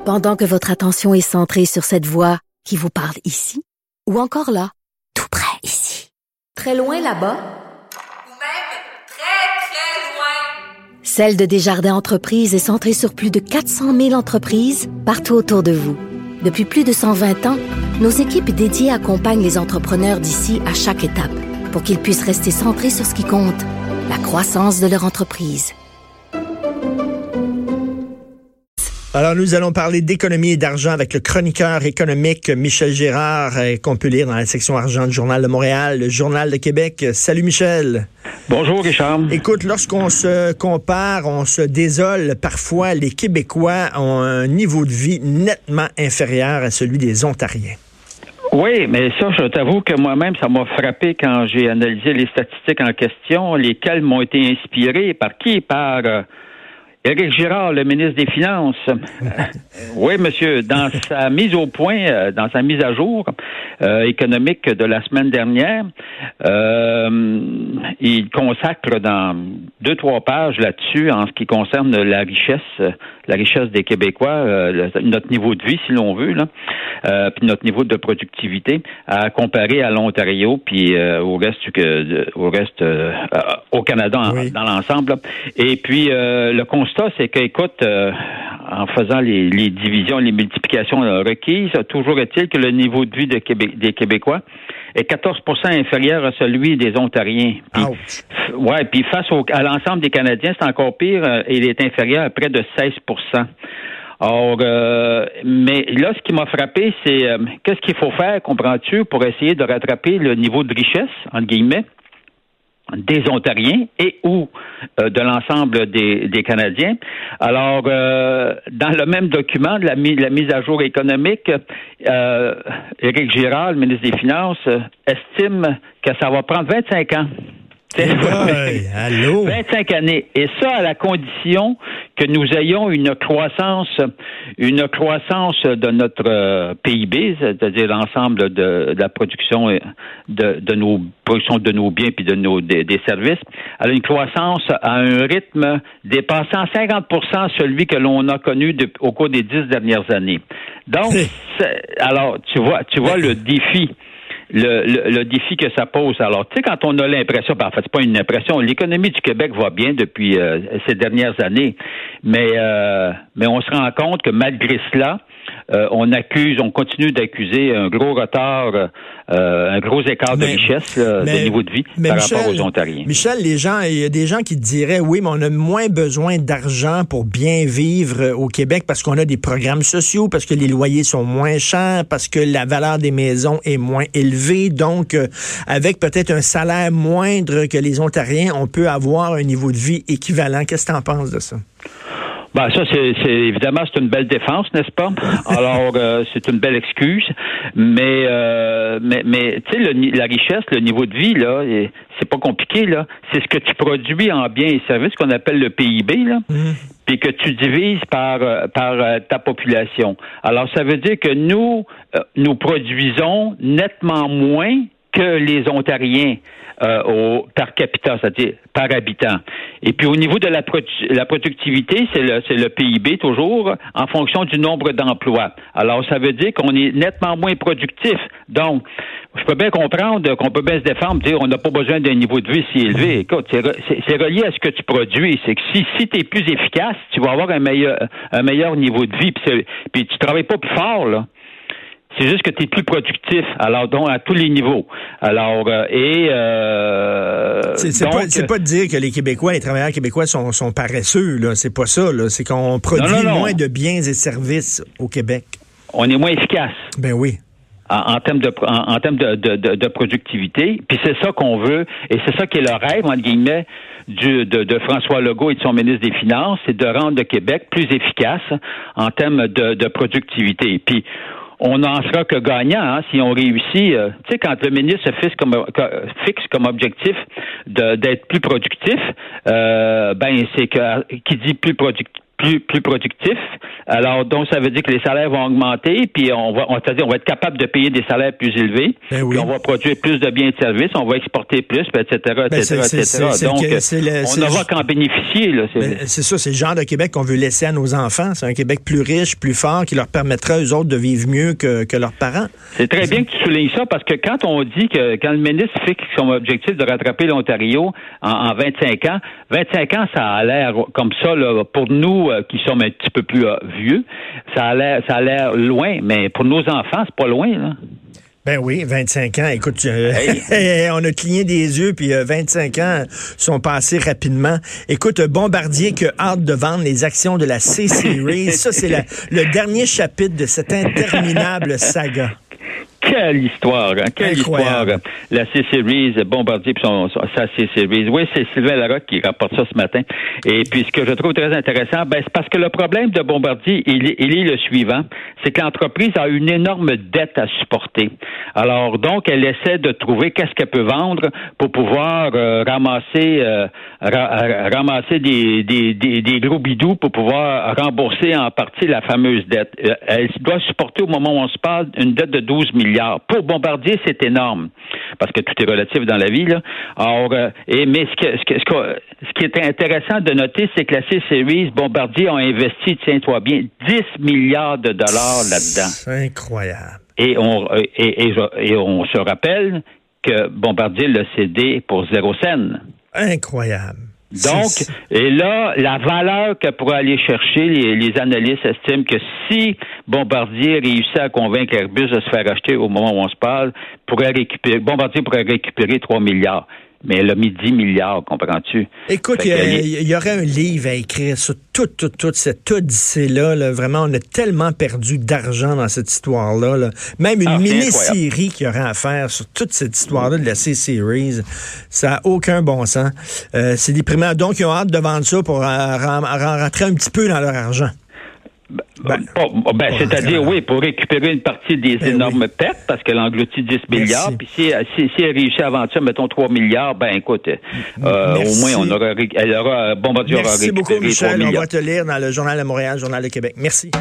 Pendant que votre attention est centrée sur cette voix qui vous parle ici, ou encore là, tout près ici, très loin là-bas, ou même très, très loin. Celle de Desjardins Entreprises est centrée sur plus de 400 000 entreprises partout autour de vous. Depuis plus de 120 ans, nos équipes dédiées accompagnent les entrepreneurs d'ici à chaque étape pour qu'ils puissent rester centrés sur ce qui compte, la croissance de leur entreprise. Alors, nous allons parler d'économie et d'argent avec le chroniqueur économique Michel Gérard, qu'on peut lire dans la section argent du Journal de Montréal, le Journal de Québec. Salut Michel. Bonjour Richard. Écoute, lorsqu'on se compare, on se désole, parfois les Québécois ont un niveau de vie nettement inférieur à celui des Ontariens. Oui, mais ça, je t'avoue que moi-même, ça m'a frappé quand j'ai analysé les statistiques en question, lesquelles m'ont été inspirées par qui? Par Éric Girard, le ministre des Finances. Oui, monsieur, dans sa mise au point, dans sa mise à jour économique de la semaine dernière, il consacre dans 2-3 pages là-dessus en ce qui concerne la richesse des Québécois, notre niveau de vie, si l'on veut, là, puis notre niveau de productivité, à comparer à l'Ontario puis au Canada oui. Dans l'ensemble. Là. Et puis le constat, c'est que, écoute, en faisant les divisions, les multiplications requises, toujours est-il que le niveau de vie des Québécois est 14% inférieur à celui des Ontariens. Puis face à l'ensemble des Canadiens, c'est encore pire, il est inférieur à près de 16%. Or, mais là, ce qui m'a frappé, c'est qu'est-ce qu'il faut faire, comprends-tu, pour essayer de rattraper le niveau de richesse, entre guillemets, des Ontariens et ou de l'ensemble des Canadiens. Alors, dans le même document de la mise à jour économique, Éric Girard, le ministre des Finances, estime que ça va prendre 25 ans. Allô? 25 années. Et ça, à la condition que nous ayons une croissance de notre PIB, c'est-à-dire l'ensemble de la production de nos biens puis des services, à une croissance à un rythme dépassant 50% celui que l'on a connu au cours des 10 dernières années. Donc, alors, tu vois le défi. Le défi que ça pose. Alors, tu sais, quand on a l'impression, en fait, c'est pas une impression, l'économie du Québec va bien depuis ces dernières années, mais on se rend compte que malgré cela, on continue d'accuser un gros retard, un gros écart de richesse de niveau de vie par rapport aux Ontariens. Michel, il y a des gens qui te diraient, oui, mais on a moins besoin d'argent pour bien vivre au Québec parce qu'on a des programmes sociaux, parce que les loyers sont moins chers, parce que la valeur des maisons est moins élevée. Donc, avec peut-être un salaire moindre que les Ontariens, on peut avoir un niveau de vie équivalent. Qu'est-ce que tu en penses de ça? Ben ça, c'est évidemment, c'est une belle défense, n'est-ce pas? Alors, c'est une belle excuse, mais tu sais, la richesse, le niveau de vie là, c'est pas compliqué là. C'est ce que tu produis en biens et services qu'on appelle le PIB là, puis que tu divises par ta population. Alors, ça veut dire que nous produisons nettement moins que les Ontariens. Par capita, c'est-à-dire par habitant. Et puis au niveau de la productivité, c'est le PIB toujours en fonction du nombre d'emplois. Alors ça veut dire qu'on est nettement moins productif. Donc, je peux bien comprendre qu'on peut bien se défendre, dire on n'a pas besoin d'un niveau de vie si élevé. Écoute, c'est relié à ce que tu produis. C'est que si tu es plus efficace, tu vas avoir un meilleur niveau de vie. Puis tu travailles pas plus fort, là. C'est juste que tu es plus productif, alors donc à tous les niveaux. Alors c'est pas de dire que les travailleurs québécois sont paresseux là, c'est pas ça là, c'est qu'on produit moins de biens et services au Québec. On est moins efficace. Ben oui. En termes de productivité, puis c'est ça qu'on veut, et c'est ça qui est le rêve, entre guillemets, de François Legault et de son ministre des Finances, c'est de rendre le Québec plus efficace en termes de productivité. Puis on n'en sera que gagnant si on réussit. Tu sais, quand le ministre se fixe comme objectif d'être plus productif, c'est que qui dit plus plus productifs. Alors, donc, ça veut dire que les salaires vont augmenter, puis c'est-à-dire, on va être capable de payer des salaires plus élevés, ben oui. Puis on va produire plus de biens et de services, on va exporter plus, puis etc., etc. Donc, on n'aura qu'en bénéficier, là. C'est ça, c'est le genre de Québec qu'on veut laisser à nos enfants. C'est un Québec plus riche, plus fort, qui leur permettra, eux autres, de vivre mieux que leurs parents. C'est très bien que tu soulignes ça, parce que quand on dit que, quand le ministre fixe son objectif de rattraper l'Ontario en 25 ans, 25 ans, ça a l'air comme ça, là, pour nous qui sommes un petit peu plus vieux, ça a l'air loin, mais pour nos enfants, c'est pas loin, là. Ben oui, 25 ans. Écoute, on a cligné des yeux, puis 25 ans sont passés rapidement. Écoute, Bombardier qui a hâte de vendre les actions de la C-Series. Ça, c'est le dernier chapitre de cette interminable saga. Quelle histoire, hein? Quelle Incroyable. histoire. La C-Series, Bombardier puis sa C-Series. Oui, c'est Sylvain Larocque qui rapporte ça ce matin. Et puis, ce que je trouve très intéressant, c'est parce que le problème de Bombardier, il est le suivant. C'est que l'entreprise a une énorme dette à supporter. Alors, donc, elle essaie de trouver qu'est-ce qu'elle peut vendre pour pouvoir ramasser des gros bidous pour pouvoir rembourser en partie la fameuse dette. Elle doit supporter, au moment où on se parle, une dette de 12 milliards. Pour Bombardier, c'est énorme, parce que tout est relatif dans la vie, là. Alors, mais ce qui est intéressant de noter, c'est que la C-Series, Bombardier ont investi, tiens-toi bien, 10 milliards de dollars là-dedans. C'est incroyable. Et on se rappelle que Bombardier l'a cédé pour 0 cent. Incroyable. Donc, et là, la valeur que pourrait aller chercher, les analystes estiment que si Bombardier réussit à convaincre Airbus de se faire acheter au moment où on se parle, Bombardier pourrait récupérer 3 milliards. Mais elle a mis 10 milliards, comprends-tu? Écoute, il y aurait un livre à écrire sur toute cette odyssée-là. Là. Vraiment, on a tellement perdu d'argent dans cette histoire-là. Là. Même une mini-série qu'il y aurait à faire sur toute cette histoire-là de la C-Series. Ça n'a aucun bon sens. C'est déprimant. Donc, ils ont hâte de vendre ça pour rentrer un petit peu dans leur argent. C'est-à-dire, oui, pour récupérer une partie des énormes pertes, parce qu'elle engloutit 10 milliards, puis si elle réussit à vendre ça, mettons 3 milliards, ben écoute, au moins, Bombardier aura récupéré 3 milliards. Merci beaucoup, Michel. On va te lire dans le Journal de Montréal, Journal de Québec. Merci.